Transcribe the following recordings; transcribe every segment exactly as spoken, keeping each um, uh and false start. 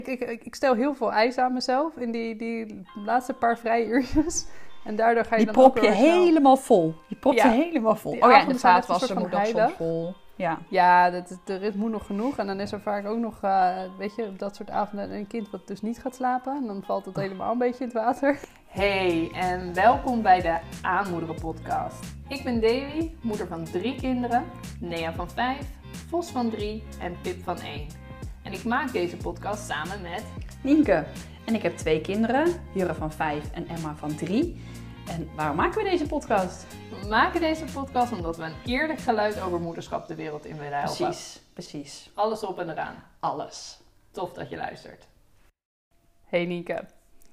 Ik, ik, ik stel heel veel eisen aan mezelf in die, die laatste paar vrije uurtjes. En daardoor ga je Die dan prop ook je weer snel... helemaal vol. Die prop Ja. je helemaal vol. Die Oh ja, en de avonden zijn echt een vaatwasser soort moet van nog soms heilig. vol. Ja. Ja, dat, er is, moet nog genoeg. En dan is er vaak ook nog, uh, weet je, op dat soort avonden een kind wat dus niet gaat slapen. En dan valt het helemaal een beetje in het water. Hey, en welkom bij de Aanmoederen podcast. Ik ben Davy, moeder van drie kinderen. Nea van vijf, Vos van drie en Pip van één. En ik maak deze podcast samen met... Nienke. En ik heb twee kinderen. Jurre van vijf en Emma van drie. En waarom maken we deze podcast? We maken deze podcast omdat we een eerlijk geluid over moederschap de wereld in willen helpen. Precies, precies. Alles op en eraan. Alles. Tof dat je luistert. Hey Nienke.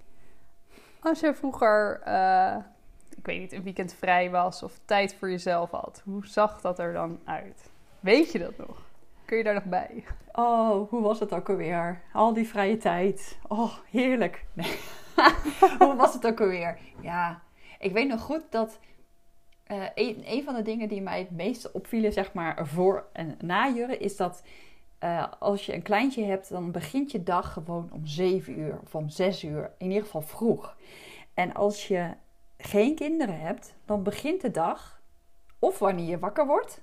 Als je vroeger, uh, ik weet niet, een weekend vrij was of tijd voor jezelf had, hoe zag dat er dan uit? Weet je dat nog? Kun je daar nog bij? Oh, hoe was het ook alweer? Al die vrije tijd. Oh, heerlijk. Nee. Hoe was het ook alweer? Ja, ik weet nog goed dat uh, een, een van de dingen die mij het meeste opvielen, zeg maar, voor en na Jurre, is dat uh, als je een kleintje hebt, dan begint je dag gewoon om zeven uur of om zes uur. In ieder geval vroeg. En als je geen kinderen hebt, dan begint de dag of wanneer je wakker wordt.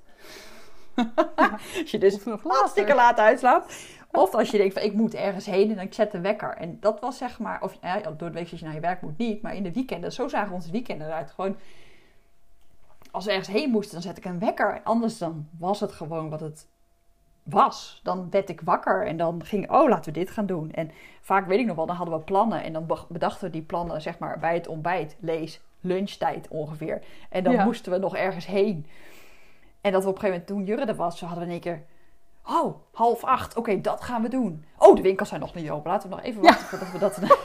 Als je dus nog hartstikke laat uitslaapt. Of als je denkt van ik moet ergens heen en ik zet een wekker. En dat was zeg maar, of ja, door de week als je naar je werk moet niet. Maar in de weekenden, zo zagen onze weekenden eruit. Gewoon, als we ergens heen moesten, dan zet ik een wekker. Anders dan was het gewoon wat het was. Dan werd ik wakker en dan ging, oh laten we dit gaan doen. En vaak weet ik nog wel, dan hadden we plannen. En dan bedachten we die plannen zeg maar bij het ontbijt. Lees lunchtijd ongeveer. En dan ja. moesten we nog ergens heen. En dat we op een gegeven moment, toen Jurre er was, zo hadden we in één keer... Oh, half acht. Oké, okay, dat gaan we doen. Oh, de winkels zijn nog niet open. Laten we nog even wachten ja. voordat we dat...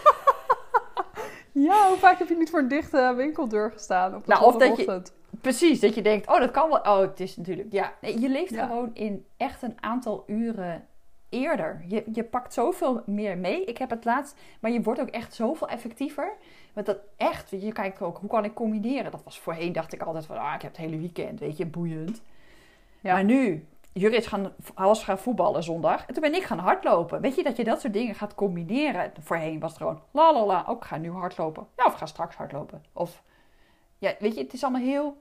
Ja, hoe vaak heb je niet voor een dichte winkeldeur gestaan op een nou, of dat ochtend? Je, precies, dat je denkt, oh, dat kan wel. Oh, het is natuurlijk... Ja, nee, je leeft ja. gewoon in echt een aantal uren eerder. Je, je pakt zoveel meer mee. Ik heb het laatst... Maar je wordt ook echt zoveel effectiever. Want dat echt... Je kijkt ook, hoe kan ik combineren? Dat was voorheen, dacht ik altijd van... Ah, ik heb het hele weekend, weet je, boeiend. Ja. Maar nu... Jurre is gaan, hij was gaan voetballen zondag. En toen ben ik gaan hardlopen. Weet je, dat je dat soort dingen gaat combineren. Voorheen was het gewoon, la la la, ook ga nu hardlopen. Ja, of ga straks hardlopen. Of, ja, weet je, het is allemaal heel...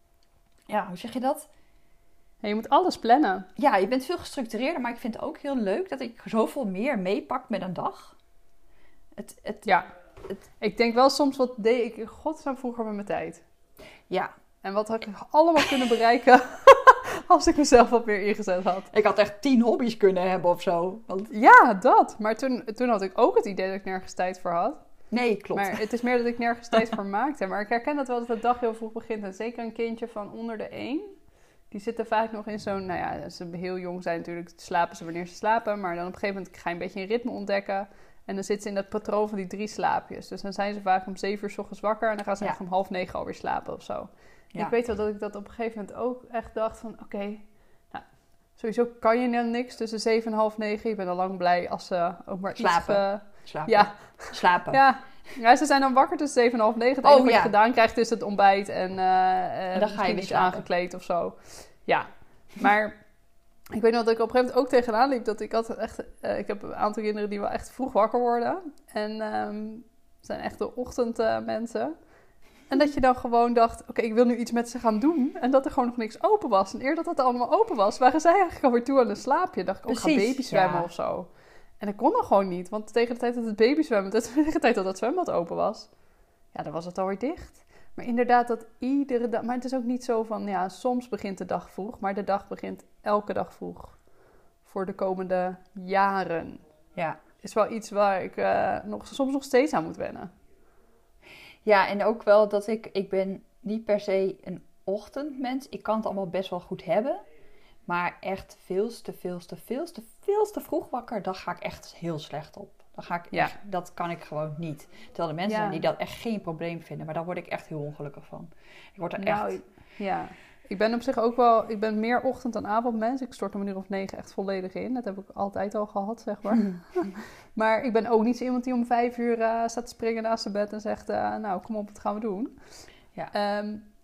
Ja, hoe zeg je dat? Ja, je moet alles plannen. Ja, je bent veel gestructureerder. Maar ik vind het ook heel leuk dat ik zoveel meer meepak met een dag. Het, het, ja, het, ik denk wel soms, wat deed ik in godsnaam vroeger met mijn tijd? Ja. En wat had ik allemaal kunnen bereiken... Als ik mezelf wat meer ingezet had. Ik had echt tien hobby's kunnen hebben of zo. Want... Ja, dat. Maar toen, toen had ik ook het idee dat ik nergens tijd voor had. Nee, klopt. Maar het is meer dat ik nergens tijd voor maakte. Maar ik herken dat wel dat de dag heel vroeg begint. En zeker een kindje van onder de één. Die zitten vaak nog in zo'n... Nou ja, als ze heel jong zijn natuurlijk, slapen ze wanneer ze slapen. Maar dan op een gegeven moment ga je een beetje een ritme ontdekken. En dan zitten ze in dat patroon van die drie slaapjes. Dus dan zijn ze vaak om zeven uur 's ochtends wakker. En dan gaan ze ja. echt om half negen alweer slapen of zo. Ja. Ik weet wel dat ik dat op een gegeven moment ook echt dacht van... Oké, okay, nou, sowieso kan je dan niks tussen zeven en half negen. Je bent al lang blij als ze ook maar Slapen. iets... Uh, Slapen. Ja. Slapen. Ja. ja, ze zijn dan wakker tussen zeven en half negen. Het enige oh, wat ja. je gedaan krijgt is het ontbijt en, uh, en dan ga je iets aangekleed of zo. Ja, maar... Ik weet nog dat ik op een gegeven moment ook tegenaan liep. Dat ik had echt... Uh, ik heb een aantal kinderen die wel echt vroeg wakker worden. En um, zijn echt de ochtendmensen. Uh, En dat je dan gewoon dacht, oké, okay, ik wil nu iets met ze gaan doen. En dat er gewoon nog niks open was. En eer dat het allemaal open was, waren zij eigenlijk alweer toe aan een slaapje. Dacht ik, oh, ik ga baby zwemmen ja. of zo. En dat kon dan gewoon niet. Want tegen de tijd dat het baby zwemmen, tegen de tijd dat het zwembad open was, ja, dan was het alweer dicht. Maar inderdaad, dat iedere dag... Maar het is ook niet zo van, ja, soms begint de dag vroeg. Maar de dag begint elke dag vroeg. Voor de komende jaren. Ja. Is wel iets waar ik uh, nog, soms nog steeds aan moet wennen. Ja, en ook wel dat ik... Ik ben niet per se een ochtendmens. Ik kan het allemaal best wel goed hebben. Maar echt veel te, veel te, veel te, veel te vroeg wakker... daar ga ik echt heel slecht op. Dan ga ik ja. echt, dat kan ik gewoon niet. Terwijl er mensen ja. zijn die dat echt geen probleem vinden. Maar daar word ik echt heel ongelukkig van. Ik word er nou, echt... Ja, ik ben op zich ook wel... Ik ben meer ochtend- dan avondmens. Ik stort om een uur of negen echt volledig in. Dat heb ik altijd al gehad, zeg maar. Maar ik ben ook niet zo iemand die om vijf uur uh, staat te springen naast zijn bed... en zegt, uh, nou, kom op, wat gaan we doen? Ja. Um,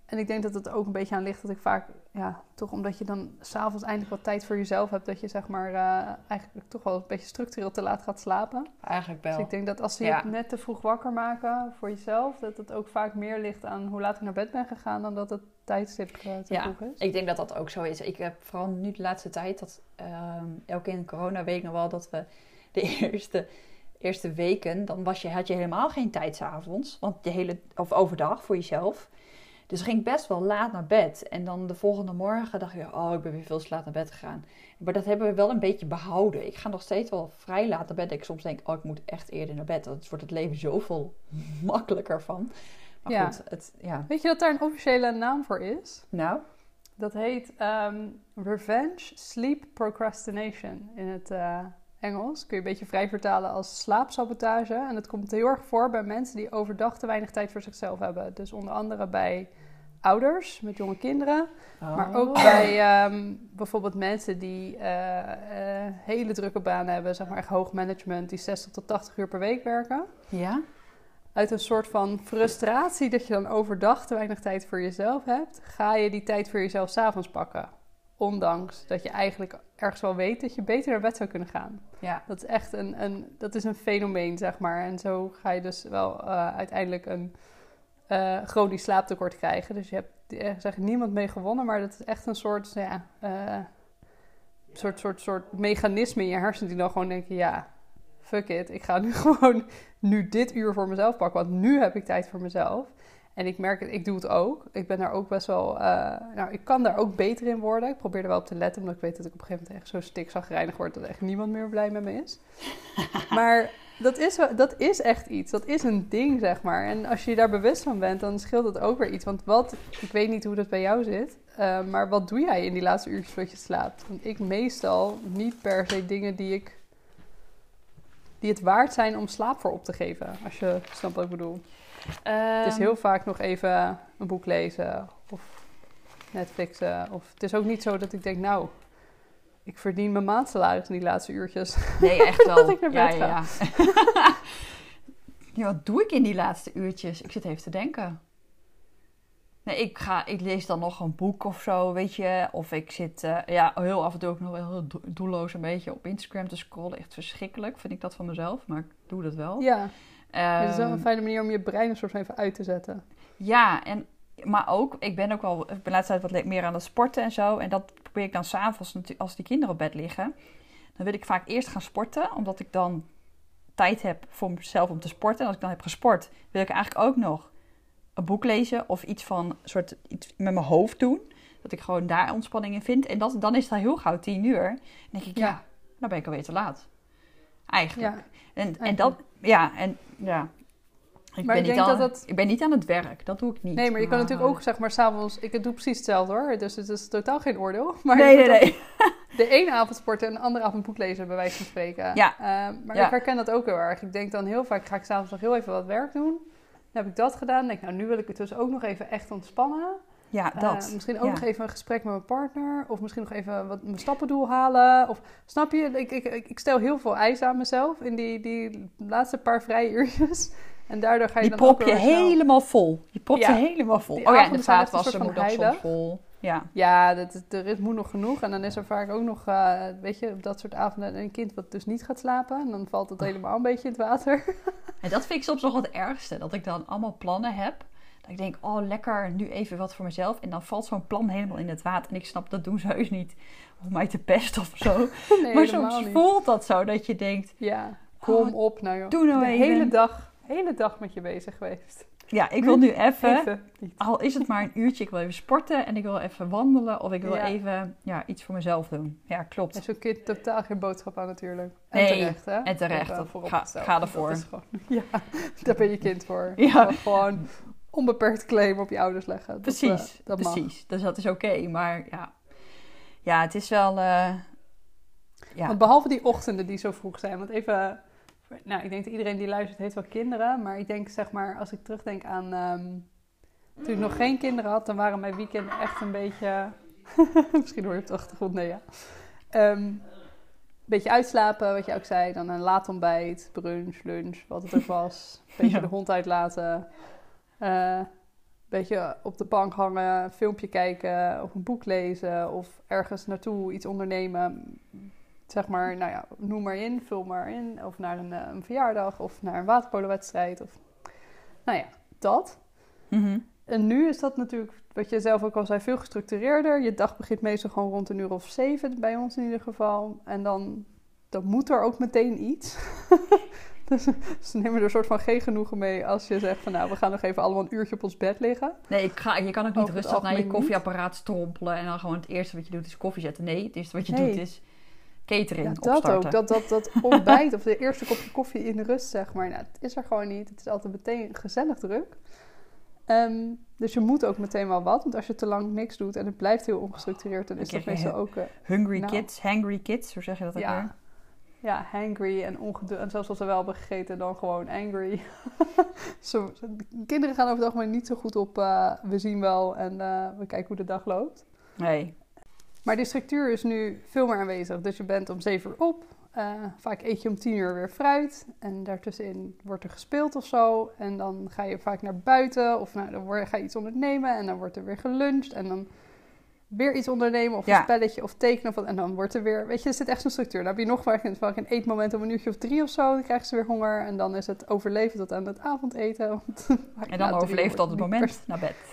en ik denk dat het ook een beetje aan ligt dat ik vaak, ja, toch omdat je dan s'avonds eindelijk wat tijd voor jezelf hebt, dat je zeg maar uh, eigenlijk toch wel een beetje structureel te laat gaat slapen. Eigenlijk wel. Dus ik denk dat als ze je ja. net te vroeg wakker maken voor jezelf, dat het ook vaak meer ligt aan hoe laat ik naar bed ben gegaan dan dat het tijdstip uh, te ja, vroeg is. Ik denk dat dat ook zo is. Ik heb vooral nu de laatste tijd, dat uh, elke in de coronaweek nog wel, dat we de eerste... eerste weken, dan was je, had je helemaal geen tijd 's avonds, want de hele, of overdag voor jezelf. Dus ging ik best wel laat naar bed. En dan de volgende morgen dacht je, oh, ik ben weer veel te laat naar bed gegaan. Maar dat hebben we wel een beetje behouden. Ik ga nog steeds wel vrij laat naar bed. Ik soms denk, oh, ik moet echt eerder naar bed. Dan wordt het leven zoveel makkelijker van. Maar ja. goed, het, ja. Weet je dat daar een officiële naam voor is? Nou? Dat heet um, Revenge Sleep Procrastination in het... Uh, Engels. Kun je een beetje vrij vertalen als slaapsabotage. En het komt heel erg voor bij mensen die overdag te weinig tijd voor zichzelf hebben. Dus onder andere bij ouders met jonge kinderen. Oh. Maar ook bij um, bijvoorbeeld mensen die uh, uh, hele drukke banen hebben. Zeg maar echt hoog management. Die zestig tot tachtig uur per week werken. Ja. Uit een soort van frustratie dat je dan overdag te weinig tijd voor jezelf hebt. Ga je die tijd voor jezelf 's avonds pakken. Ondanks dat je eigenlijk ergens wel weet dat je beter naar bed zou kunnen gaan. Ja. Dat is echt een, een, dat is een fenomeen, zeg maar. En zo ga je dus wel uh, uiteindelijk een uh, chronisch slaaptekort krijgen. Dus je hebt er zeg niemand mee gewonnen, maar dat is echt een soort, ja, uh, soort, soort, soort mechanisme in je hersenen die dan gewoon denken, ja, fuck it. Ik ga nu gewoon nu dit uur voor mezelf pakken, want nu heb ik tijd voor mezelf. En ik merk het, ik doe het ook. Ik ben daar ook best wel... Uh, nou, ik kan daar ook beter in worden. Ik probeer er wel op te letten, omdat ik weet dat ik op een gegeven moment echt zo stikzagrijnig word dat echt niemand meer blij met me is. Maar dat is, dat is echt iets. Dat is een ding, zeg maar. En als je je daar bewust van bent, dan scheelt het ook weer iets. Want wat, ik weet niet hoe dat bij jou zit, uh, maar wat doe jij in die laatste uurtjes voordat je slaapt? Want ik meestal niet per se dingen die ik... die het waard zijn om slaap voor op te geven. Als je snapt wat ik bedoel. Um, het is heel vaak nog even een boek lezen of Netflixen. Of het is ook niet zo dat ik denk, nou, ik verdien mijn maandsalaris in die laatste uurtjes. Nee, echt wel. Dat ik naar bed ja, ga. Ja. Ja, wat doe ik in die laatste uurtjes? Ik zit even te denken. Nee, ik, ga, ik lees dan nog een boek of zo, weet je. Of ik zit, uh, ja, heel af en toe ook nog wel heel doelloos een beetje op Instagram te scrollen. Echt verschrikkelijk, vind ik dat van mezelf. Maar ik doe dat wel. Ja. Het is wel een fijne manier om je brein een soort van even uit te zetten. Ja, en, maar ook, ik ben ook wel, ik ben de laatste tijd wat meer aan het sporten en zo. En dat probeer ik dan s'avonds, als die kinderen op bed liggen. Dan wil ik vaak eerst gaan sporten, omdat ik dan tijd heb voor mezelf om te sporten. En als ik dan heb gesport, wil ik eigenlijk ook nog een boek lezen of iets van, soort, iets met mijn hoofd doen. Dat ik gewoon daar ontspanning in vind. En dat, dan is het al heel gauw tien uur. Dan denk ik, ja, ja dan ben ik alweer te laat. Eigenlijk. Ja, en, eigenlijk. en dat, ja, en ja. Ik ben, ik, niet aan, dat dat... ik ben niet aan het werk, dat doe ik niet. Nee, maar je kan maar, natuurlijk ook, zeg maar, s'avonds... Ik doe precies hetzelfde hoor, dus het is totaal geen oordeel. Maar nee, nee, nee. De ene avond sporten en de andere avond boek lezen, bij wijze van spreken. Ja. Uh, maar ja. Ik herken dat ook heel erg. Ik denk dan heel vaak, ga ik s'avonds nog heel even wat werk doen. Dan heb ik dat gedaan. Dan denk ik, nou, nu wil ik het dus ook nog even echt ontspannen. Ja, dat. Uh, misschien ook ja. nog even een gesprek met mijn partner. Of misschien nog even wat mijn stappendoel halen. Of, snap je? Ik, ik, ik stel heel veel eisen aan mezelf in die, die laatste paar vrije uurtjes. En daardoor ga je die dan prop ook je helemaal vol. Je propt ja. je helemaal vol. Die oh ja, de vaatwasser moet nog soms vol. Ja, ja dat, er is, moet nog genoeg. En dan is er vaak ook nog, uh, weet je, op dat soort avonden een kind wat dus niet gaat slapen. En dan valt het helemaal een beetje in het water. En dat vind ik soms nog het ergste. Dat ik dan allemaal plannen heb. Dat ik denk, oh lekker, nu even wat voor mezelf. En dan valt zo'n plan helemaal in het water. En ik snap, dat doen ze heus niet om mij te pesten of zo. Nee, maar soms niet. Voelt dat zo, dat je denkt... Ja, kom oh, op nou joh. Doe nou de even. hele dag, hele dag met je bezig geweest. Ja, ik wil nu even, even al is het maar een uurtje, ik wil even sporten en ik wil even wandelen of ik wil ja. even ja, iets voor mezelf doen. Ja, klopt. En zo'n kind totaal geen boodschap aan natuurlijk. En nee, terecht, hè? En terecht, dat ga, ga ervoor. Gewoon, ja, daar ben je kind voor. Ja. Gewoon onbeperkt claim op je ouders leggen. Precies, dat, uh, dat precies. Mag. Dus dat is oké, okay, maar ja. Ja, het is wel... Uh, ja. Want behalve die ochtenden die zo vroeg zijn, want even... Nou, ik denk dat iedereen die luistert heeft wel kinderen. Maar ik denk, zeg maar, als ik terugdenk aan... Um, toen ik nog geen kinderen had, dan waren mijn weekenden echt een beetje... Misschien hoor je op de achtergrond, nee ja. Um, een beetje uitslapen, wat je ook zei. Dan een laat ontbijt, brunch, lunch, wat het ook was. Een beetje ja. de hond uitlaten. Uh, een weet je, op de bank hangen, een filmpje kijken of een boek lezen of ergens naartoe iets ondernemen. Zeg maar, nou ja, noem maar in, vul maar in. Of naar een, een verjaardag of naar een waterpolowedstrijd. Of, nou ja, dat. Mm-hmm. En nu is dat natuurlijk, wat je zelf ook al zei, veel gestructureerder. Je dag begint meestal gewoon rond een uur of zeven, bij ons in ieder geval. En dan, dan moet er ook meteen iets. Dus ze nemen er een soort van geen genoegen mee als je zegt van nou, we gaan nog even allemaal een uurtje op ons bed liggen. Nee, ik ga, je kan ook niet rustig naar je koffieapparaat strompelen en dan gewoon het eerste wat je doet is koffie zetten. Nee, het eerste wat je nee. doet is catering ja, dat opstarten. Ook, dat dat, dat ontbijt of de eerste kopje koffie in de rust, zeg maar. Nou, het is er gewoon niet. Het is altijd meteen gezellig druk. Um, dus je moet ook meteen wel wat. Want als je te lang niks doet en het blijft heel ongestructureerd, dan is dat meestal ook... Uh, hungry nou, kids, hangry kids, hoe zeg je dat ook ja, weer? Ja, hangry en ongeduldig. En zelfs als ze wel hebben gegeten, dan gewoon angry. zo, kinderen gaan over het algemeen niet zo goed op uh, we zien wel en uh, we kijken hoe de dag loopt. Nee. Maar die structuur is nu veel meer aanwezig. Dus je bent om zeven uur op. Uh, vaak eet je om tien uur weer fruit. En daartussenin wordt er gespeeld of zo. En dan ga je vaak naar buiten. Of nou, dan word, ga je iets ondernemen. En dan wordt er weer geluncht. En dan weer iets ondernemen. Of ja. een spelletje of tekenen. Of wat, en dan wordt er weer... Weet je, er zit echt zo'n structuur. Dan heb je nog vaak een, vaak een eetmoment om een uurtje of drie of zo. Dan krijgen ze weer honger. En dan is het overleven tot aan het avondeten. Want, en dan overleeft dat het moment per... naar bed.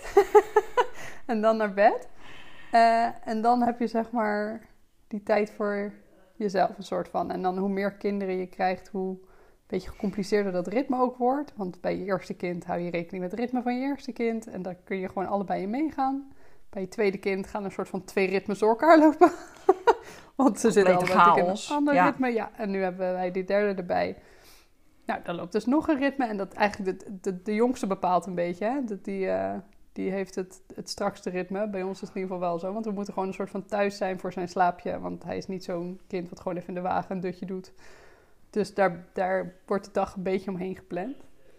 En dan naar bed. Uh, en dan heb je zeg maar die tijd voor jezelf een soort van. En dan hoe meer kinderen je krijgt, hoe een beetje gecompliceerder dat ritme ook wordt. Want bij je eerste kind hou je rekening met het ritme van je eerste kind. En daar kun je gewoon allebei in meegaan. Bij je tweede kind gaan een soort van twee ritmes door elkaar lopen. Want ze zitten allebei in een ander ja. ritme. Ja, en nu hebben wij die derde erbij. Nou, dan loopt dus nog een ritme. En dat eigenlijk de, de, de jongste bepaalt een beetje. Hè? Dat die... Uh, Die heeft het, het strakste ritme. Bij ons is het in ieder geval wel zo. Want we moeten gewoon een soort van thuis zijn voor zijn slaapje. Want hij is niet zo'n kind wat gewoon even in de wagen een dutje doet. Dus daar, daar wordt de dag een beetje omheen gepland.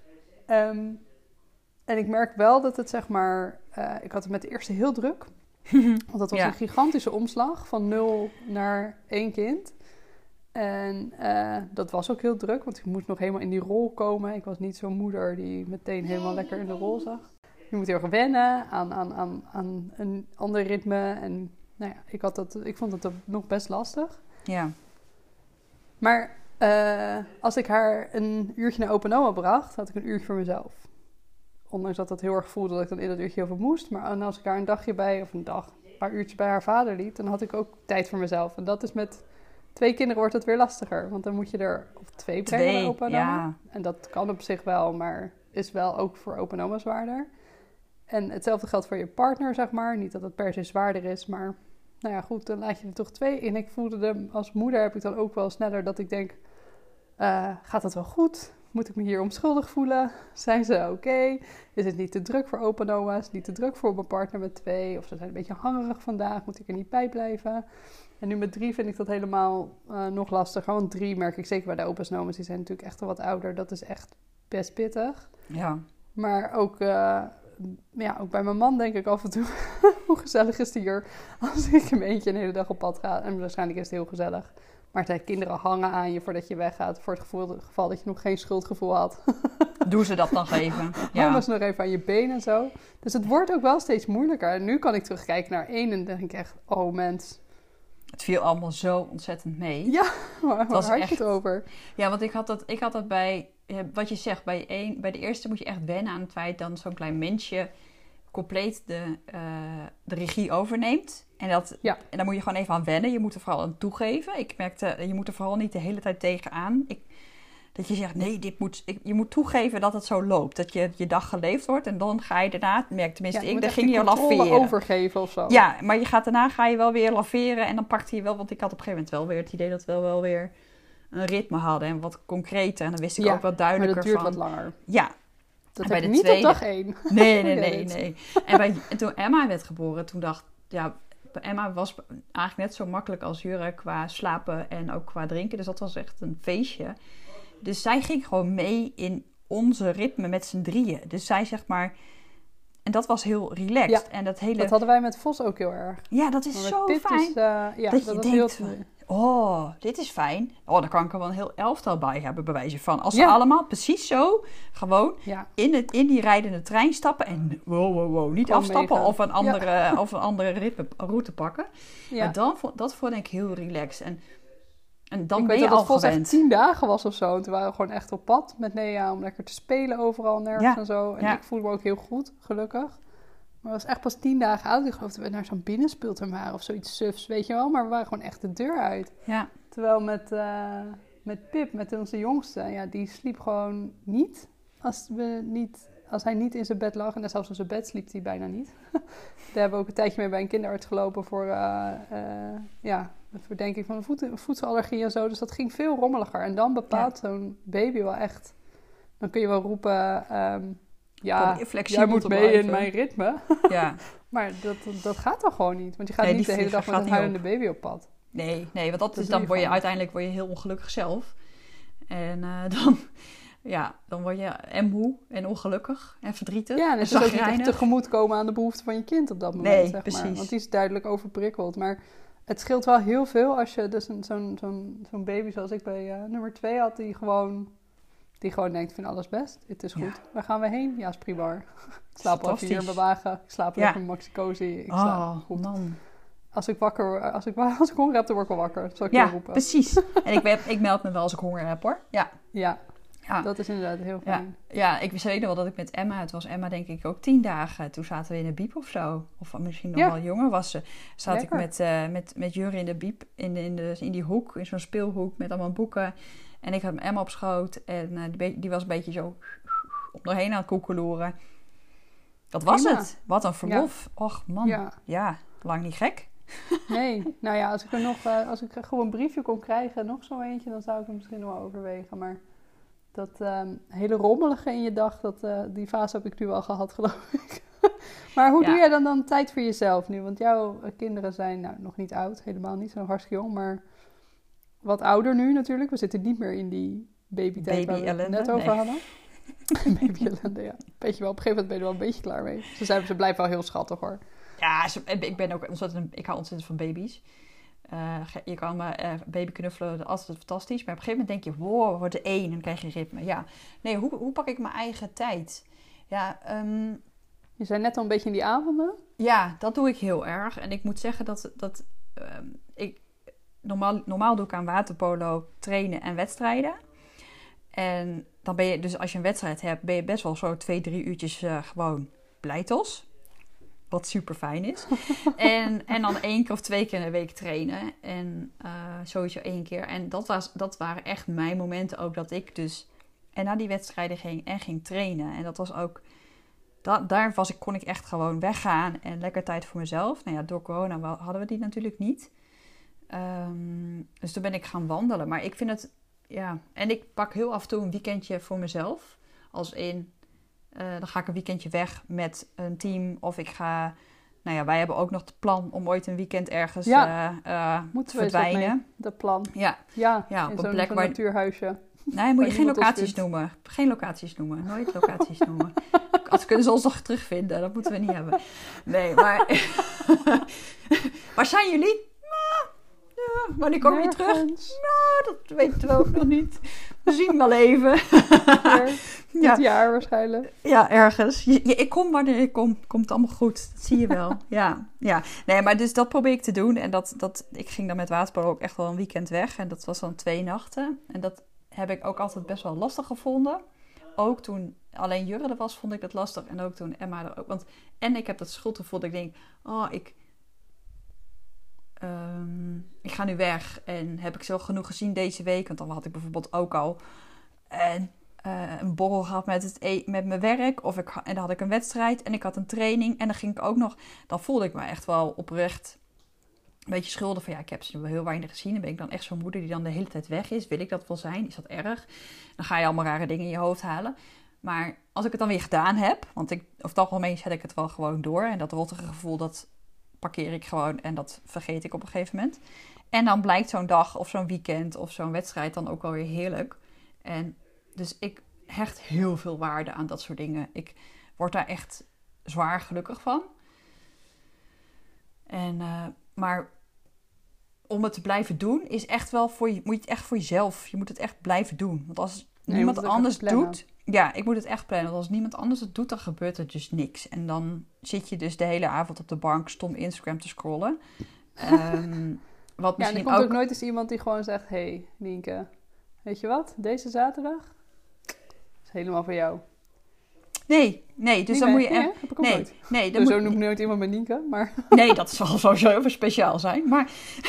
Um, en ik merk wel dat het zeg maar... Uh, ik had het met de eerste heel druk. Want dat was ja. een gigantische omslag. Van nul naar één kind. En uh, dat was ook heel druk. Want ik moest nog helemaal in die rol komen. Ik was niet zo'n moeder die meteen helemaal lekker in de rol zag. Je moet heel erg wennen aan, aan, aan, aan een ander ritme. En nou ja, ik, had dat, ik vond het nog best lastig. Ja. Maar uh, als ik haar een uurtje naar Open Oma bracht, had ik een uurtje voor mezelf. Ondanks dat dat heel erg voelde dat ik dan in dat uurtje heel veel moest. Maar als ik haar een dagje bij, of een dag, een paar uurtjes bij haar vader liet, dan had ik ook tijd voor mezelf. En dat is met twee kinderen wordt het weer lastiger. Want dan moet je er op twee brengen twee, bij Open Oma. Ja. En dat kan op zich wel, maar is wel ook voor Open Oma zwaarder. En hetzelfde geldt voor je partner, zeg maar. Niet dat het per se zwaarder is, maar nou ja, goed, dan laat je er toch twee in. Ik voelde hem als moeder, heb ik dan ook wel sneller dat ik denk, uh, gaat het wel goed? Moet ik me hier onschuldig voelen? Zijn ze oké? Okay? Is het niet te druk voor Open Oma's? Niet te druk voor mijn partner met twee? Of ze zijn een beetje hangerig vandaag, moet ik er niet bij blijven? En nu met drie vind ik dat helemaal uh, nog lastiger. Want drie merk ik zeker bij de opa's en oma's, die zijn natuurlijk echt al wat ouder. Dat is echt best pittig. Ja. Maar ook... Uh, Ja, ook bij mijn man denk ik af en toe, hoe gezellig is die hier als ik een eentje een hele dag op pad ga. En waarschijnlijk is het heel gezellig. Maar de kinderen hangen aan je voordat je weggaat, voor het gevoel, het geval dat je nog geen schuldgevoel had. Doen ze dat nog even. Ja. Hangen ze nog even aan je benen en zo. Dus het wordt ook wel steeds moeilijker. En nu kan ik terugkijken naar één en denk ik echt, oh mens. Het viel allemaal zo ontzettend mee. Ja, waar had je echt... het over? Ja, want ik had dat, ik had dat bij... Wat je zegt, bij, een, bij de eerste moet je echt wennen aan het feit dat zo'n klein mensje compleet de, uh, de regie overneemt. En, dat, ja. en daar moet je gewoon even aan wennen. Je moet er vooral aan toegeven. Ik merkte, je moet er vooral niet de hele tijd tegenaan. Ik, dat je zegt, nee, dit moet, ik, je moet toegeven dat het zo loopt. Dat je je dag geleefd wordt en dan ga je daarna, merk tenminste ja, ik, dan ging je laveren. Overgeven of zo. Ja, maar je gaat daarna ga je wel weer laveren en dan pakte je wel, want ik had op een gegeven moment wel weer het idee dat we wel, wel weer een ritme hadden en wat concreter. En dan wist ik ja, ook wat duidelijker van. Maar dat duurt van, wat langer. Ja. Dat en heb bij je niet tweede... op dag één. Nee, nee, nee, nee. En, bij, en toen Emma werd geboren, toen dacht ja, Emma was eigenlijk net zo makkelijk als Jurre qua slapen en ook qua drinken. Dus dat was echt een feestje. Dus zij ging gewoon mee in onze ritme met z'n drieën. Dus zij zeg maar... En dat was heel relaxed. Ja, en dat, hele... dat hadden wij met Vos ook heel erg. Ja, dat is zo fijn. Is, uh, ja, dat, dat je denkt, heel... Oh, dit is fijn. Oh, dan kan ik er wel een heel elftal bij hebben, bij wijze van. Als ze ja. allemaal precies zo gewoon ja. in, het, in die rijdende trein stappen en wow, wow, wow, niet gewoon afstappen of een andere, ja. of een andere ritme, route pakken. Ja. Maar dan, dat vond ik heel relaxed. En, en dan ik ben weet je dat al het gewend. Het tien dagen was of zo. En toen waren we gewoon echt op pad met Nea om lekker te spelen overal, nergens ja. en zo. En ja. ik voelde me ook heel goed, gelukkig. Maar het was echt pas tien dagen oud. Ik geloof dat we naar zo'n binnenspeeltuin waren of zoiets sufs, weet je wel. Maar we waren gewoon echt de deur uit. Ja. Terwijl met, uh, met Pip, met onze jongste, ja, die sliep gewoon niet als, we niet. als hij niet in zijn bed lag. En zelfs in zijn bed sliep hij bijna niet. Daar hebben we ook een tijdje mee bij een kinderarts gelopen voor, uh, uh, ja, de verdenking van een voed- voedselallergie en zo. Dus dat ging veel rommeliger. En dan bepaalt ja. zo'n baby wel echt. Dan kun je wel roepen... Um, Ja, jij moet mee in mijn ritme. Ja. Maar dat, dat gaat dan gewoon niet. Want je gaat nee, niet de hele dag met een huilende baby op pad. Nee, nee, want dat, dat is dan word je uiteindelijk word je heel ongelukkig zelf. En uh, dan, ja, dan word je en moe en ongelukkig en verdrietig. Ja, en het is ook niet echt tegemoet komen aan de behoeften van je kind op dat moment. Nee, zeg precies. Maar. Want die is duidelijk overprikkeld. Maar het scheelt wel heel veel als je dus een, zo'n, zo'n, zo'n baby zoals ik bij uh, nummer twee had, die gewoon... Die gewoon denkt, ik vind alles best. Het is goed. Ja. Waar gaan we heen? Ja, is prima. Ik slaap al even hier in mijn wagen. Ik slaap lekker in Maxi Cosi. Ik oh, slaap goed. Man. Als ik wakker, als ik, als ik honger heb, dan word ik wel wakker. Dat zal ik ja, je roepen. Precies. En ik, ben, ik meld me wel als ik honger heb, hoor. Ja. Ja. Ja. Dat is inderdaad heel fijn. Ja, ja ik weet nog wel dat ik met Emma, het was Emma denk ik ook tien dagen. Toen zaten we in de biep of zo. Of misschien nog ja. wel jonger was ze. Zat lekker. ik met, uh, met, met Jurre in de biep, in, de, in, de, in die hoek, in zo'n speelhoek met allemaal boeken. En ik had Emma op schoot en uh, die, die was een beetje zo op doorheen aan het koekeloeren. Dat was Prima. het. Wat een verlof. Ja. Och man, ja. ja, lang niet gek. Nee, nou ja, als ik er nog, uh, als ik gewoon een briefje kon krijgen, nog zo eentje, dan zou ik hem misschien nog wel overwegen. Maar dat um, hele rommelige in je dag, dat, uh, die fase heb ik nu al gehad, geloof ik. Maar hoe ja. doe jij dan dan tijd voor jezelf nu? Want jouw uh, kinderen zijn nou, nog niet oud, helemaal niet, zo hartstikke jong, maar wat ouder nu natuurlijk. We zitten niet meer in die babytijd baby waar we het net over nee. hadden. Baby ellende, ja. Weet je wel, op een gegeven moment ben je er wel een beetje klaar mee. Ze, zijn, ze blijven wel heel schattig hoor. Ja, ik ben ook ontzettend, ik hou ontzettend van baby's. Uh, je kan me uh, baby knuffelen, dat is altijd fantastisch. Maar op een gegeven moment denk je, wow, wordt er één en dan krijg je ritme. Ja, nee, hoe, hoe pak ik mijn eigen tijd? Ja, um, je zei net al een beetje in die avonden. Ja, dat doe ik heel erg. En ik moet zeggen dat, dat um, ik normaal, normaal doe ik aan waterpolo trainen en wedstrijden. En dan ben je, dus als je een wedstrijd hebt, ben je best wel zo twee, drie uurtjes uh, gewoon blijtos. Wat super fijn is. en, en dan één keer of twee keer in de week trainen. En uh, sowieso één keer. En dat, was, dat waren echt mijn momenten ook dat ik dus en naar die wedstrijden ging en ging trainen. En dat was ook, dat, daar was ik, kon ik echt gewoon weggaan en lekker tijd voor mezelf. Nou ja, door corona hadden we die natuurlijk niet. Um, dus toen ben ik gaan wandelen. Maar ik vind het, ja. En ik pak heel af en toe een weekendje voor mezelf. Als in, uh, dan ga ik een weekendje weg met een team. Of ik ga, nou ja, wij hebben ook nog het plan om ooit een weekend ergens ja. uh, uh, te verdwijnen. Dat plan. Ja, ja, ja op een plek waar natuurhuisje. Nee, moet je geen locaties noemen. Geen locaties noemen. Nooit locaties noemen. Als kunnen ze ons nog terugvinden. Dat moeten we niet hebben. Nee, maar... Waar zijn jullie? Nou, ja, wanneer kom je terug? Nou, dat weten we ook nog niet. We zien wel even. Dit ja. jaar waarschijnlijk. Ja, ergens. Je, je, ik kom wanneer ik kom. Komt allemaal goed. Dat zie je wel. Ja, ja. Nee, maar dus dat probeer ik te doen. En dat, dat, ik ging dan met waterpolo ook echt wel een weekend weg. En dat was dan twee nachten. En dat heb ik ook altijd best wel lastig gevonden. Ook toen alleen Jurre er was, vond ik dat lastig. En ook toen Emma er ook. Want, en ik heb dat schuldgevoel dat ik denk, oh, ik... Um, ik ga nu weg en heb ik zo genoeg gezien deze week. Want dan had ik bijvoorbeeld ook al een, uh, een borrel gehad met, het e- met mijn werk. Of ik, en dan had ik een wedstrijd en ik had een training. En dan ging ik ook nog... Dan voelde ik me echt wel oprecht een beetje schuldig. Van ja, ik heb ze wel heel weinig gezien. Dan ben ik dan echt zo'n moeder die dan de hele tijd weg is. Wil ik dat wel zijn? Is dat erg? Dan ga je allemaal rare dingen in je hoofd halen. Maar als ik het dan weer gedaan heb... Want ik, over het algemeen zet ik het wel gewoon door. En dat rottige gevoel, dat... parkeer ik gewoon en dat vergeet ik op een gegeven moment. En dan blijkt zo'n dag of zo'n weekend of zo'n wedstrijd dan ook wel weer heerlijk. En dus ik hecht heel veel waarde aan dat soort dingen. Ik word daar echt zwaar gelukkig van. En, uh, maar om het te blijven doen, is echt wel voor je, moet je het echt voor jezelf. Je moet het echt blijven doen. Want als nee, niemand anders doet... Ja, ik moet het echt plannen. Want als niemand anders het doet, dan gebeurt er dus niks. En dan zit je dus de hele avond op de bank stom Instagram te scrollen. Um, wat ja, en er komt ook... ook nooit eens iemand die gewoon zegt... Hé, hey, Nienke, weet je wat? Deze zaterdag is helemaal voor jou. Nee, nee, dus Niet dan mee, moet je... Nee, echt, heb ik ook nee, nooit. nee, dan zo moet, noemt nooit iemand met Nienke, maar... Nee, dat zal sowieso even speciaal zijn. Maar...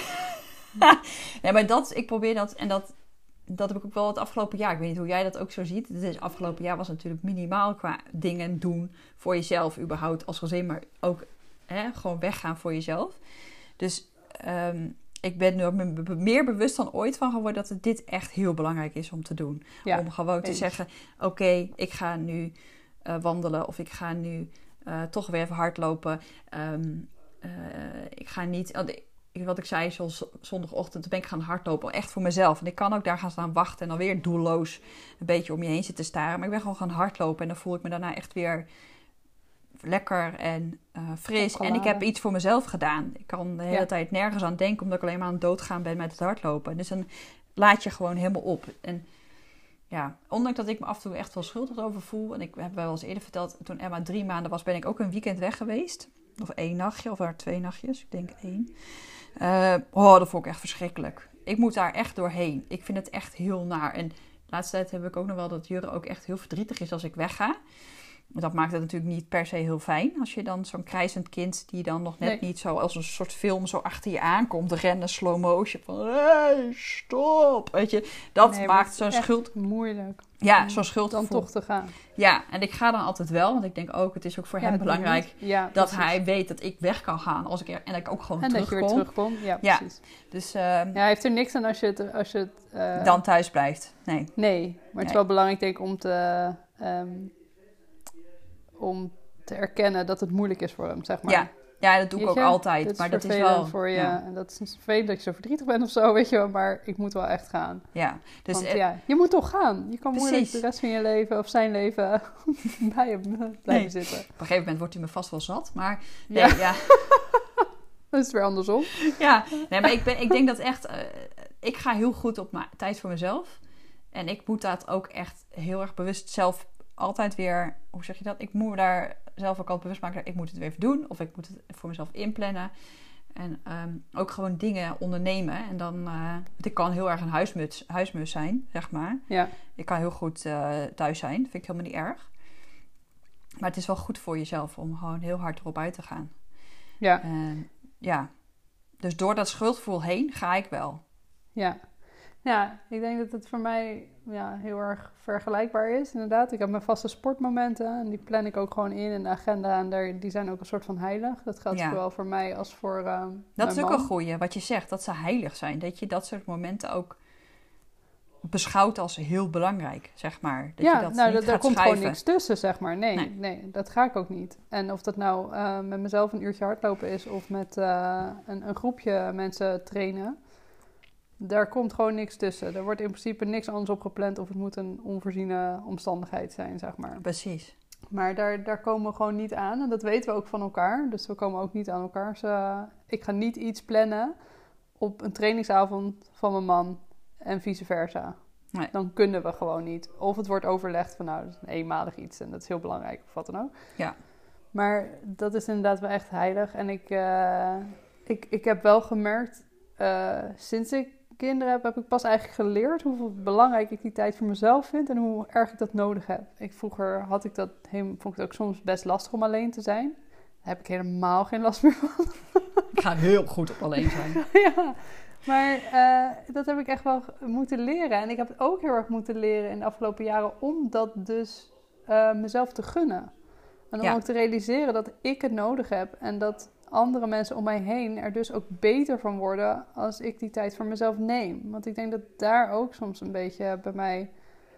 nee, maar dat... Ik probeer dat... En dat... Dat heb ik ook wel het afgelopen jaar. Ik weet niet hoe jij dat ook zo ziet. Het afgelopen jaar was natuurlijk minimaal qua dingen doen voor jezelf überhaupt als gezin. Maar ook hè, gewoon weggaan voor jezelf. Dus um, ik ben er ook meer bewust dan ooit van geworden dat het dit echt heel belangrijk is om te doen. Ja, om gewoon te eens. zeggen, oké, okay, ik ga nu uh, wandelen of ik ga nu uh, toch weer even hardlopen. Um, uh, ik ga niet... Wat ik zei, zoals zondagochtend ben ik gaan hardlopen. Echt voor mezelf. En ik kan ook daar gaan staan wachten. En dan weer doelloos een beetje om je heen zitten staren. Maar ik ben gewoon gaan hardlopen. En dan voel ik me daarna echt weer lekker en uh, fris. En ik heb iets voor mezelf gedaan. Ik kan de hele ja. tijd nergens aan denken. Omdat ik alleen maar aan het doodgaan ben met het hardlopen. Dus dan laat je gewoon helemaal op. En ja, ondanks dat ik me af en toe echt wel schuldig over voel. En ik heb wel eens eerder verteld. Toen Emma drie maanden was, ben ik ook een weekend weg geweest. Of één nachtje. Of er twee nachtjes. Ik denk één. Uh, oh, dat vond ik echt verschrikkelijk. Ik moet daar echt doorheen. Ik vind het echt heel naar. En de laatste tijd heb ik ook nog wel dat Jurre ook echt heel verdrietig is als ik wegga. Dat maakt het natuurlijk niet per se heel fijn. Als je dan zo'n krijzend kind die dan nog net nee. niet zo als een soort film zo achter je aankomt. Rennen, slow motion. Van, hey, stop. Weet je, dat nee, maakt zo'n schuld... moeilijk. Ja, zo'n schuld. Dan toch te gaan. Ja, en ik ga dan altijd wel. Want ik denk ook, het is ook voor ja, hem belangrijk ja, dat hij weet dat ik weg kan gaan. Als ik er, en dat ik ook gewoon en terugkom. En dat je weer terugkomt. Ja, precies. Ja, dus, uh, ja, hij heeft er niks aan als je het... Als je het uh, dan thuis blijft. Nee. Nee, maar het nee. is wel belangrijk denk ik om te... Um, om te erkennen dat het moeilijk is voor hem, zeg maar. Ja, ja dat doe ik ook altijd. Dat maar dat is wel voor je. Ja. En dat is vervelend dat je zo verdrietig bent of zo, weet je wel. Maar ik moet wel echt gaan. Ja, dus Want, ja, je moet toch gaan. Je kan precies. moeilijk de rest van je leven of zijn leven bij hem blijven nee. zitten. Op een gegeven moment wordt hij me vast wel zat, maar nee, ja. ja. Dat is weer andersom. Ja, nee, maar ik, ben, ik denk dat echt... Uh, ik ga heel goed op mijn tijd voor mezelf. En ik moet dat ook echt heel erg bewust zelf altijd weer... Hoe zeg je dat? Ik moet me daar zelf ook altijd bewust maken. Ik moet het weer even doen. Of ik moet het voor mezelf inplannen. En um, ook gewoon dingen ondernemen. En dan... Uh, want ik kan heel erg een huismus, huismus zijn, zeg maar. Ja. Ik kan heel goed uh, thuis zijn. Vind ik helemaal niet erg. Maar het is wel goed voor jezelf om gewoon heel hard erop uit te gaan. Ja. En, ja. Dus door dat schuldgevoel heen ga ik wel. Ja. Ja, ik denk dat het voor mij ja, heel erg vergelijkbaar is, inderdaad. Ik heb mijn vaste sportmomenten en die plan ik ook gewoon in in de agenda. En daar, die zijn ook een soort van heilig. Dat geldt ja. zowel voor mij als voor uh, Dat is ook man. een goeie, wat je zegt, dat ze heilig zijn. Dat je dat soort momenten ook beschouwt als heel belangrijk, zeg maar. Dat ja, je dat nou, niet d- daar komt schrijven. gewoon niks tussen, zeg maar. Nee, nee, nee. dat ga ik ook niet. En of dat nou uh, met mezelf een uurtje hardlopen is of met uh, een, een groepje mensen trainen... Daar komt gewoon niks tussen. Er wordt in principe niks anders op gepland of het moet een onvoorziene omstandigheid zijn, zeg maar. Precies. Maar daar, daar komen we gewoon niet aan. En dat weten we ook van elkaar. Dus we komen ook niet aan elkaar. Uh, ik ga niet iets plannen op een trainingsavond van mijn man en vice versa. Nee. Dan kunnen we gewoon niet. Of het wordt overlegd van nou, dat is een eenmalig iets en dat is heel belangrijk of wat dan ook. Ja. Maar dat is inderdaad wel echt heilig. En ik, uh, ik, ik heb wel gemerkt, uh, sinds ik kinderen heb, heb ik pas eigenlijk geleerd hoeveel belangrijk ik die tijd voor mezelf vind en hoe erg ik dat nodig heb. Ik, vroeger had ik dat, vond ik het ook soms best lastig om alleen te zijn. Daar heb ik helemaal geen last meer van. Ik ga heel goed op alleen zijn. Ja, maar uh, dat heb ik echt wel moeten leren. En ik heb het ook heel erg moeten leren in de afgelopen jaren om dat dus uh, mezelf te gunnen. En om ja. ook te realiseren dat ik het nodig heb en dat andere mensen om mij heen er dus ook beter van worden als ik die tijd voor mezelf neem. Want ik denk dat daar ook soms een beetje bij mij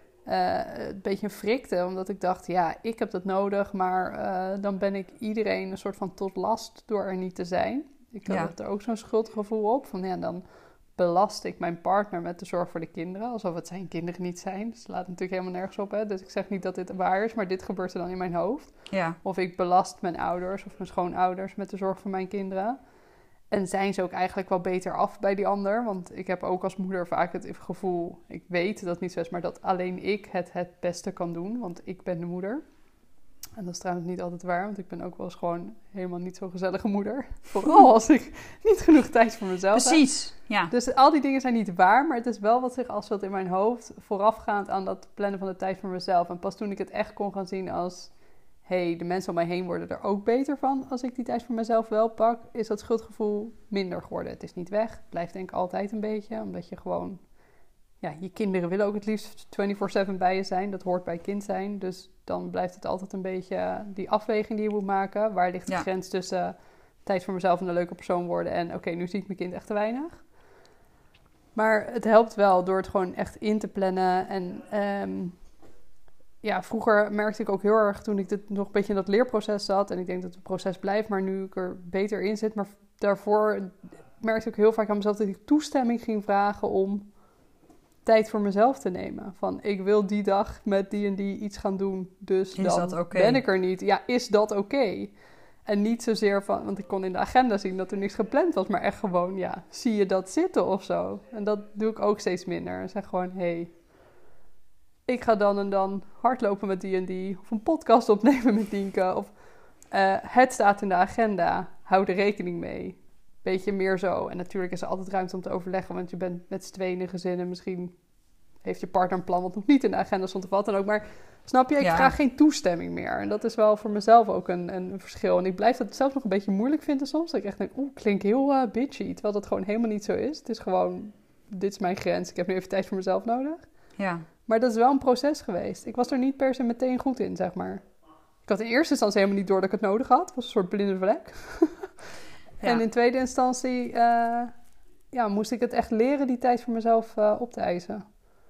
uh, een beetje een frikte. Omdat ik dacht, ja, ik heb dat nodig, maar uh, dan ben ik iedereen een soort van tot last door er niet te zijn. Ik had ja. er ook zo'n schuldgevoel op. Van ja, dan belast ik mijn partner met de zorg voor de kinderen. Alsof het zijn kinderen niet zijn. Dus het laat natuurlijk helemaal nergens op. Hè? Dus ik zeg niet dat dit waar is, maar dit gebeurt er dan in mijn hoofd. Ja. Of ik belast mijn ouders of mijn schoonouders met de zorg voor mijn kinderen. En zijn ze ook eigenlijk wel beter af bij die ander? Want ik heb ook als moeder vaak het gevoel... Ik weet dat het niet zo is, maar dat alleen ik het het beste kan doen. Want ik ben de moeder. En dat is trouwens niet altijd waar. Want ik ben ook wel eens gewoon helemaal niet zo'n gezellige moeder. Vooral als ik niet genoeg tijd voor mezelf heb. Precies, ja. Dus al die dingen zijn niet waar. Maar het is wel wat zich afspeelt in mijn hoofd. Voorafgaand aan dat plannen van de tijd voor mezelf. En pas toen ik het echt kon gaan zien als... hey, de mensen om mij heen worden er ook beter van als ik die tijd voor mezelf wel pak, is dat schuldgevoel minder geworden. Het is niet weg, het blijft denk ik altijd een beetje, omdat je gewoon, ja, je kinderen willen ook het liefst vierentwintig zeven bij je zijn. Dat hoort bij kind zijn, dus dan blijft het altijd een beetje die afweging die je moet maken. Waar ligt de ja. grens tussen tijd voor mezelf en een leuke persoon worden en oké, okay, nu zie ik mijn kind echt te weinig. Maar het helpt wel door het gewoon echt in te plannen en... Um, Ja, vroeger merkte ik ook heel erg toen ik dit nog een beetje in dat leerproces zat. En ik denk dat het proces blijft, maar nu ik er beter in zit. Maar daarvoor merkte ik heel vaak aan mezelf dat ik toestemming ging vragen om tijd voor mezelf te nemen. Van, ik wil die dag met die en die iets gaan doen, dus is dan dat okay? ben ik er niet. Ja, is dat oké? Okay? En niet zozeer van, want ik kon in de agenda zien dat er niks gepland was. Maar echt gewoon, ja, zie je dat zitten of zo? En dat doe ik ook steeds minder. En zeg gewoon, hé... Hey, ik ga dan en dan hardlopen met die en die. Of een podcast opnemen met Dienke. Of uh, het staat in de agenda. Hou er rekening mee. Beetje meer zo. En natuurlijk is er altijd ruimte om te overleggen. Want je bent met z'n tweeën in een gezin. En misschien heeft je partner een plan wat nog niet in de agenda stond of wat dan ook. Maar snap je, ik ja. vraag geen toestemming meer. En dat is wel voor mezelf ook een, een verschil. En ik blijf dat zelf nog een beetje moeilijk vinden soms. Dat ik echt denk, oeh, klinkt heel uh, bitchy. Terwijl dat gewoon helemaal niet zo is. Het is gewoon, dit is mijn grens. Ik heb nu even tijd voor mezelf nodig. Ja. Maar dat is wel een proces geweest. Ik was er niet per se meteen goed in, zeg maar. Ik had in eerste instantie helemaal niet door dat ik het nodig had. Het was een soort blinde vlek. Ja. En in tweede instantie uh, ja, moest ik het echt leren die tijd voor mezelf uh, op te eisen.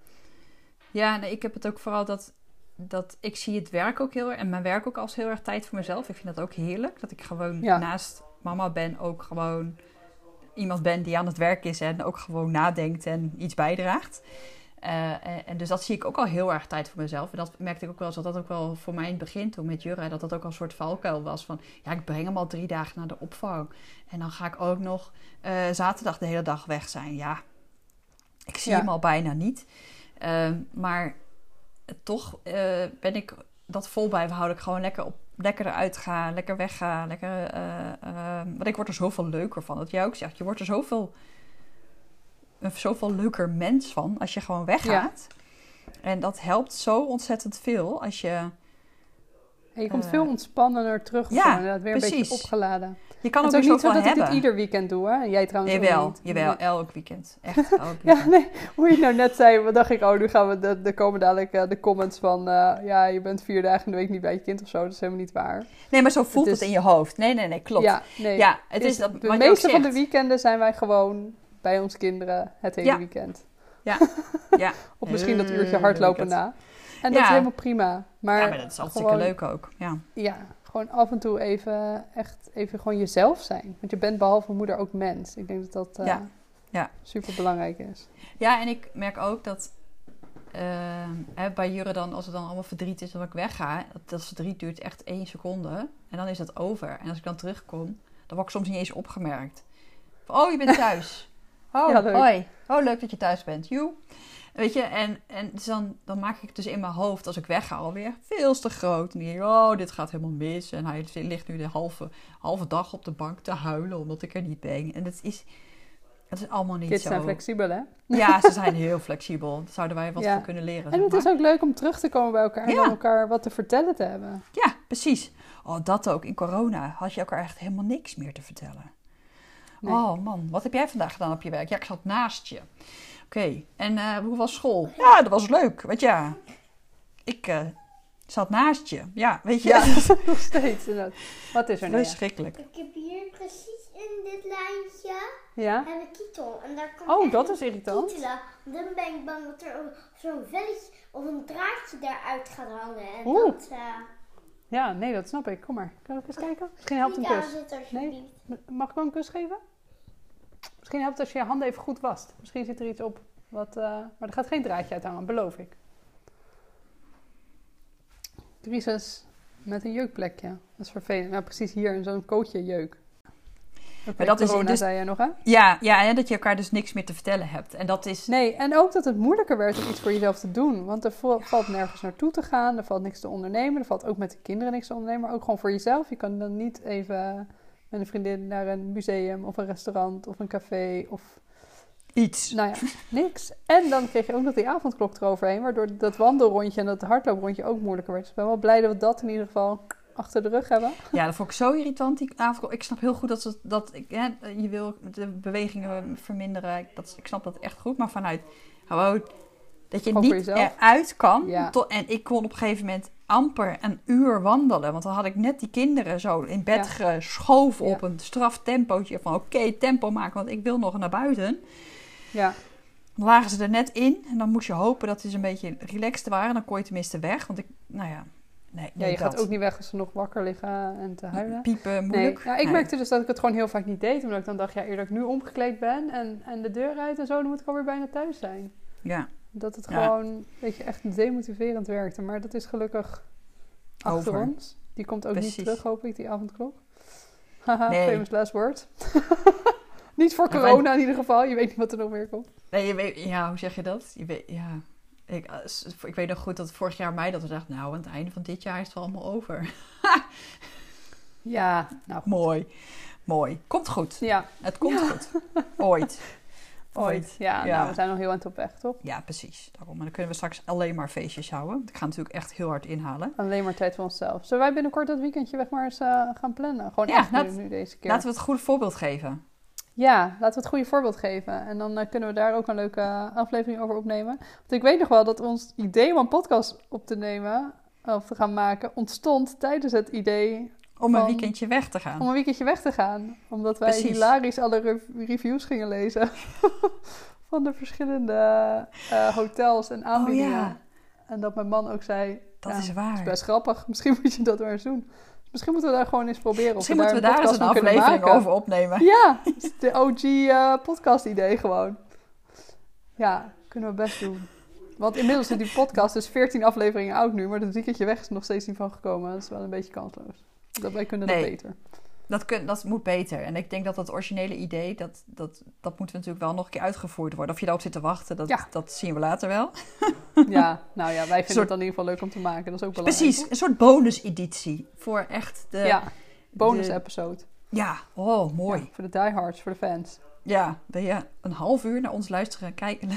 Ja, nee, ik heb het ook vooral dat, dat ik zie het werk ook heel erg... en mijn werk ook als heel erg tijd voor mezelf. Ik vind dat ook heerlijk. Dat ik gewoon ja. naast mama ben ook gewoon iemand ben die aan het werk is... en ook gewoon nadenkt en iets bijdraagt. Uh, en, en dus dat zie ik ook al heel erg tijd voor mezelf. En dat merkte ik ook wel eens, dat dat ook wel voor mij in het begin toen met Jurre, dat dat ook al een soort valkuil was van, ja, ik breng hem al drie dagen naar de opvang. En dan ga ik ook nog uh, zaterdag de hele dag weg zijn. Ja, ik zie ja. hem al bijna niet. Uh, maar uh, toch uh, ben ik dat vol bij houden. Ik gewoon lekker, op, lekker eruit ga, lekker wegga. Lekker, uh, uh, want ik word er zoveel leuker van. Dat jij ook zegt, je wordt er zoveel... een zoveel leuker mens van als je gewoon weggaat. Ja. En dat helpt zo ontzettend veel als je... En je komt uh, veel ontspannender terug. Ja, gewoon, weer precies. Een beetje opgeladen. Je kan het ook is ook niet zo dat hebben. ik dit ieder weekend doe, hè? Jij trouwens jawel, ook niet. Jawel, nee. elk weekend. Echt elk weekend. Ja, nee, hoe je het nou net zei, wat dacht ik, oh, nu gaan we, de, de komen dadelijk uh, de comments van, uh, ja, je bent vier dagen in de week niet bij je kind of zo. Dat is helemaal niet waar. Nee, maar zo voelt het, is, het in je hoofd. Nee, nee, nee, klopt. Ja, nee. Ja, het is, is dat, de meeste van de weekenden zijn wij gewoon bij ons kinderen het hele ja. weekend. Ja. ja. Of misschien dat uurtje hardlopen na. En dat ja. is helemaal prima. Maar, ja, maar dat is hartstikke gewoon, leuk ook. Ja. ja, gewoon af en toe even echt even gewoon jezelf zijn. Want je bent behalve moeder ook mens. Ik denk dat dat uh, ja. Ja. super belangrijk is. Ja, en ik merk ook dat uh, hè, bij Jurre dan, als het dan allemaal verdriet is dat ik wegga, dat, dat verdriet duurt echt één seconde. En dan is dat over. En als ik dan terugkom, dan word ik soms niet eens opgemerkt. Oh, je bent thuis. Oh, ja, leuk. Hoi. Oh, leuk dat je thuis bent. Joe. Weet je, en, en dus dan, dan maak ik het dus in mijn hoofd, als ik wegga alweer, veel te groot. En dan denk ik, oh, dit gaat helemaal mis. En hij ligt nu de halve, halve dag op de bank te huilen, omdat ik er niet ben. En dat is, dat is allemaal niet Kids zo. Kids zijn flexibel, hè? Ja, ze zijn heel flexibel. Daar zouden wij wat ja. voor kunnen leren. En het zeg maar. is ook leuk om terug te komen bij elkaar en ja. dan elkaar wat te vertellen te hebben. Ja, precies. Oh, dat ook. In corona had je elkaar echt helemaal niks meer te vertellen. Nee. Oh man, wat heb jij vandaag gedaan op je werk? Ja, ik zat naast je. Oké, okay. en uh, hoe was school? Ja, dat was leuk. Want ja, ik uh, zat naast je. Ja, weet je. Ja, nog steeds. Wat is er nou? Verschrikkelijk. Ik heb hier precies in dit lijntje ja? een kietel. En daar kan oh, dat is irritant. Kietelen. Dan ben ik bang dat er zo'n velletje of een draadje daaruit gaat hangen. En Oeh. dat... Uh... Ja, nee, dat snap ik. Kom maar. Kan ik eens kijken? Misschien helpt een kus. Zit nee? Mag ik wel een kus geven? Misschien helpt het als je je handen even goed wast. Misschien zit er iets op. Wat, uh, maar er gaat geen draadje uit hangen, beloof ik. Crisis met een jeukplekje. Dat is vervelend. Nou, precies hier in zo'n kootje jeuk. Maar dat corona, is dus, zei je nog, hè? Ja, ja, en dat je elkaar dus niks meer te vertellen hebt. En dat is... Nee, en ook dat het moeilijker werd om iets voor jezelf te doen. Want er valt nergens naartoe te gaan. Er valt niks te ondernemen. Er valt ook met de kinderen niks te ondernemen. Maar ook gewoon voor jezelf. Je kan dan niet even met een vriendin naar een museum of een restaurant of een café of... Iets. Nou ja, niks. En dan kreeg je ook nog die avondklok eroverheen. Waardoor dat wandelrondje en dat hardlooprondje ook moeilijker werd. Dus ik ben wel blij dat we dat in ieder geval... achter de rug hebben. Ja, dat vond ik zo irritant, die avond. Ik snap heel goed dat, ze, dat ik, hè, je wil de bewegingen verminderen. Dat, ik snap dat echt goed. Maar vanuit gewoon dat je Gewoon niet eruit kan. Ja. Tot, en ik kon op een gegeven moment amper een uur wandelen. Want dan had ik net die kinderen zo in bed ja. geschoven ja. op een straf tempootje. Van oké, okay, tempo maken, want ik wil nog naar buiten. Ja. Dan lagen ze er net in. En dan moest je hopen dat ze een beetje relaxed waren. Dan kon je tenminste weg. Want ik, nou ja... Nee, ja, je dat. gaat ook niet weg als ze nog wakker liggen en te huilen. Piepen, moeilijk. Nee. Ja, ik nee. merkte dus dat ik het gewoon heel vaak niet deed. Omdat ik dan dacht, ja, eerder dat ik nu omgekleed ben en, en de deur uit en zo, dan moet ik alweer bijna thuis zijn. Ja. Dat het ja. gewoon, weet je, echt demotiverend werkte. Maar dat is gelukkig achter Over. ons. Die komt ook Precies. niet terug, hoop ik, die avondklok. Haha, nee. famous last word. Niet voor corona in ieder geval. Je weet niet wat er nog meer komt. Nee, je weet, ja, hoe zeg je dat? Je weet, ja... Ik, ik weet nog goed dat vorig jaar mei dat we dachten... nou, aan het einde van dit jaar is het wel allemaal over. ja, nou goed. Mooi. Mooi. Komt goed. Ja. Het komt ja. goed. Ooit. Ooit. Ja, ja, nou, we zijn nog heel aan het op weg, toch? Ja, precies. Daarom. En dan kunnen we straks alleen maar feestjes houden. Want ik ga natuurlijk echt heel hard inhalen. Alleen maar tijd voor onszelf. Zullen wij binnenkort dat weekendje weg maar eens uh, gaan plannen? Gewoon ja, echt laat, nu, nu deze keer. Laten we het goede voorbeeld geven. Ja, laten we het goede voorbeeld geven. En dan uh, kunnen we daar ook een leuke aflevering over opnemen. Want ik weet nog wel dat ons idee om een podcast op te nemen, of te gaan maken, ontstond tijdens het idee... Om een van, weekendje weg te gaan. Om een weekendje weg te gaan. Omdat wij Precies. hilarisch alle re- reviews gingen lezen. van de verschillende uh, hotels en aanbiedingen. Oh, ja. En dat mijn man ook zei... Dat ja, is waar. Dat is best grappig. Misschien moet je dat maar eens doen. Misschien moeten we daar gewoon eens proberen. Misschien of we moeten we daar eens een aflevering over opnemen. Ja, de O G uh, podcast idee gewoon. Ja, kunnen we best doen. Want inmiddels is die podcast dus veertien afleveringen oud nu. Maar dat weekendje weg is nog steeds niet van gekomen. Dat is wel een beetje kansloos. Dat wij kunnen nee, dat beter. Dat, kun, dat moet beter. En ik denk dat dat originele idee... Dat, dat, dat moet natuurlijk wel nog een keer uitgevoerd worden. Of je daarop zit te wachten, dat, ja. dat zien we later wel. Ja, nou ja, wij vinden soort, het dan in ieder geval leuk om te maken. Dat is ook belangrijk. Precies, hoor. Een soort bonus-editie. Voor echt de... Ja, bonus-episode. Ja, oh, mooi. Ja, voor de diehards, voor de fans. Ja, ben je een half uur naar ons luisteren en kijken.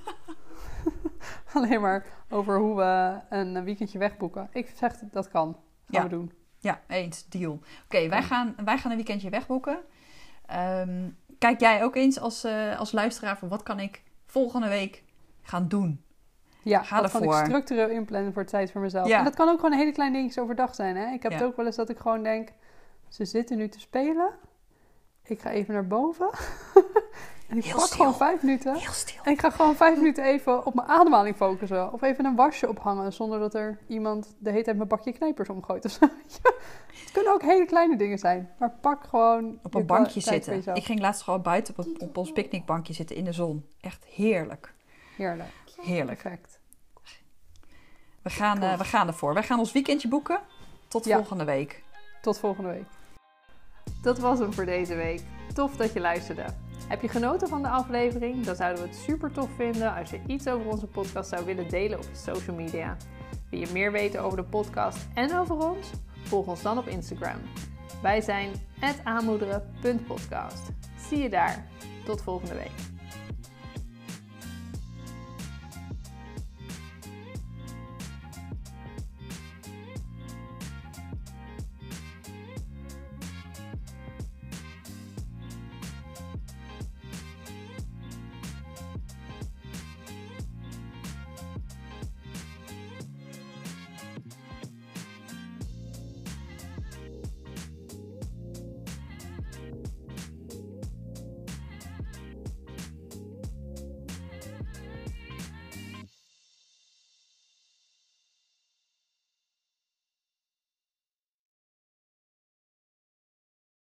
Alleen maar over hoe we een weekendje wegboeken. Ik zeg, dat kan. Gaan ja. we doen. Ja, eens. Deal. Oké, okay, wij, gaan, wij gaan een weekendje wegboeken. Um, kijk jij ook eens als, uh, als luisteraar van wat kan ik volgende week gaan doen? Ja, Ga wat ervoor. kan ik structureel inplannen voor tijd voor mezelf. Ja. En dat kan ook gewoon een hele kleine dingetjes overdag zijn. Hè? Ik heb ja. het ook wel eens dat ik gewoon denk... Ze zitten nu te spelen. Ik ga even naar boven. En ik Heel pak stil. gewoon vijf minuten. Heel stil. En ik ga gewoon vijf minuten even op mijn ademhaling focussen. Of even een wasje ophangen. Zonder dat er iemand de hele tijd mijn bakje knijpers omgooit. Of zo. Ja, het kunnen ook hele kleine dingen zijn. Maar pak gewoon... Op een bankje zitten. Ik ging laatst gewoon buiten op, op ons picknickbankje zitten in de zon. Echt heerlijk. Heerlijk. Heerlijk. Perfect. We gaan, cool. uh, we gaan ervoor. Wij gaan ons weekendje boeken. Tot ja. volgende week. Tot volgende week. Dat was hem voor deze week. Tof dat je luisterde. Heb je genoten van de aflevering? Dan zouden we het super tof vinden als je iets over onze podcast zou willen delen op je social media. Wil je meer weten over de podcast en over ons? Volg ons dan op Instagram. Wij zijn at aanmoederen punt podcast. Zie je daar. Tot volgende week.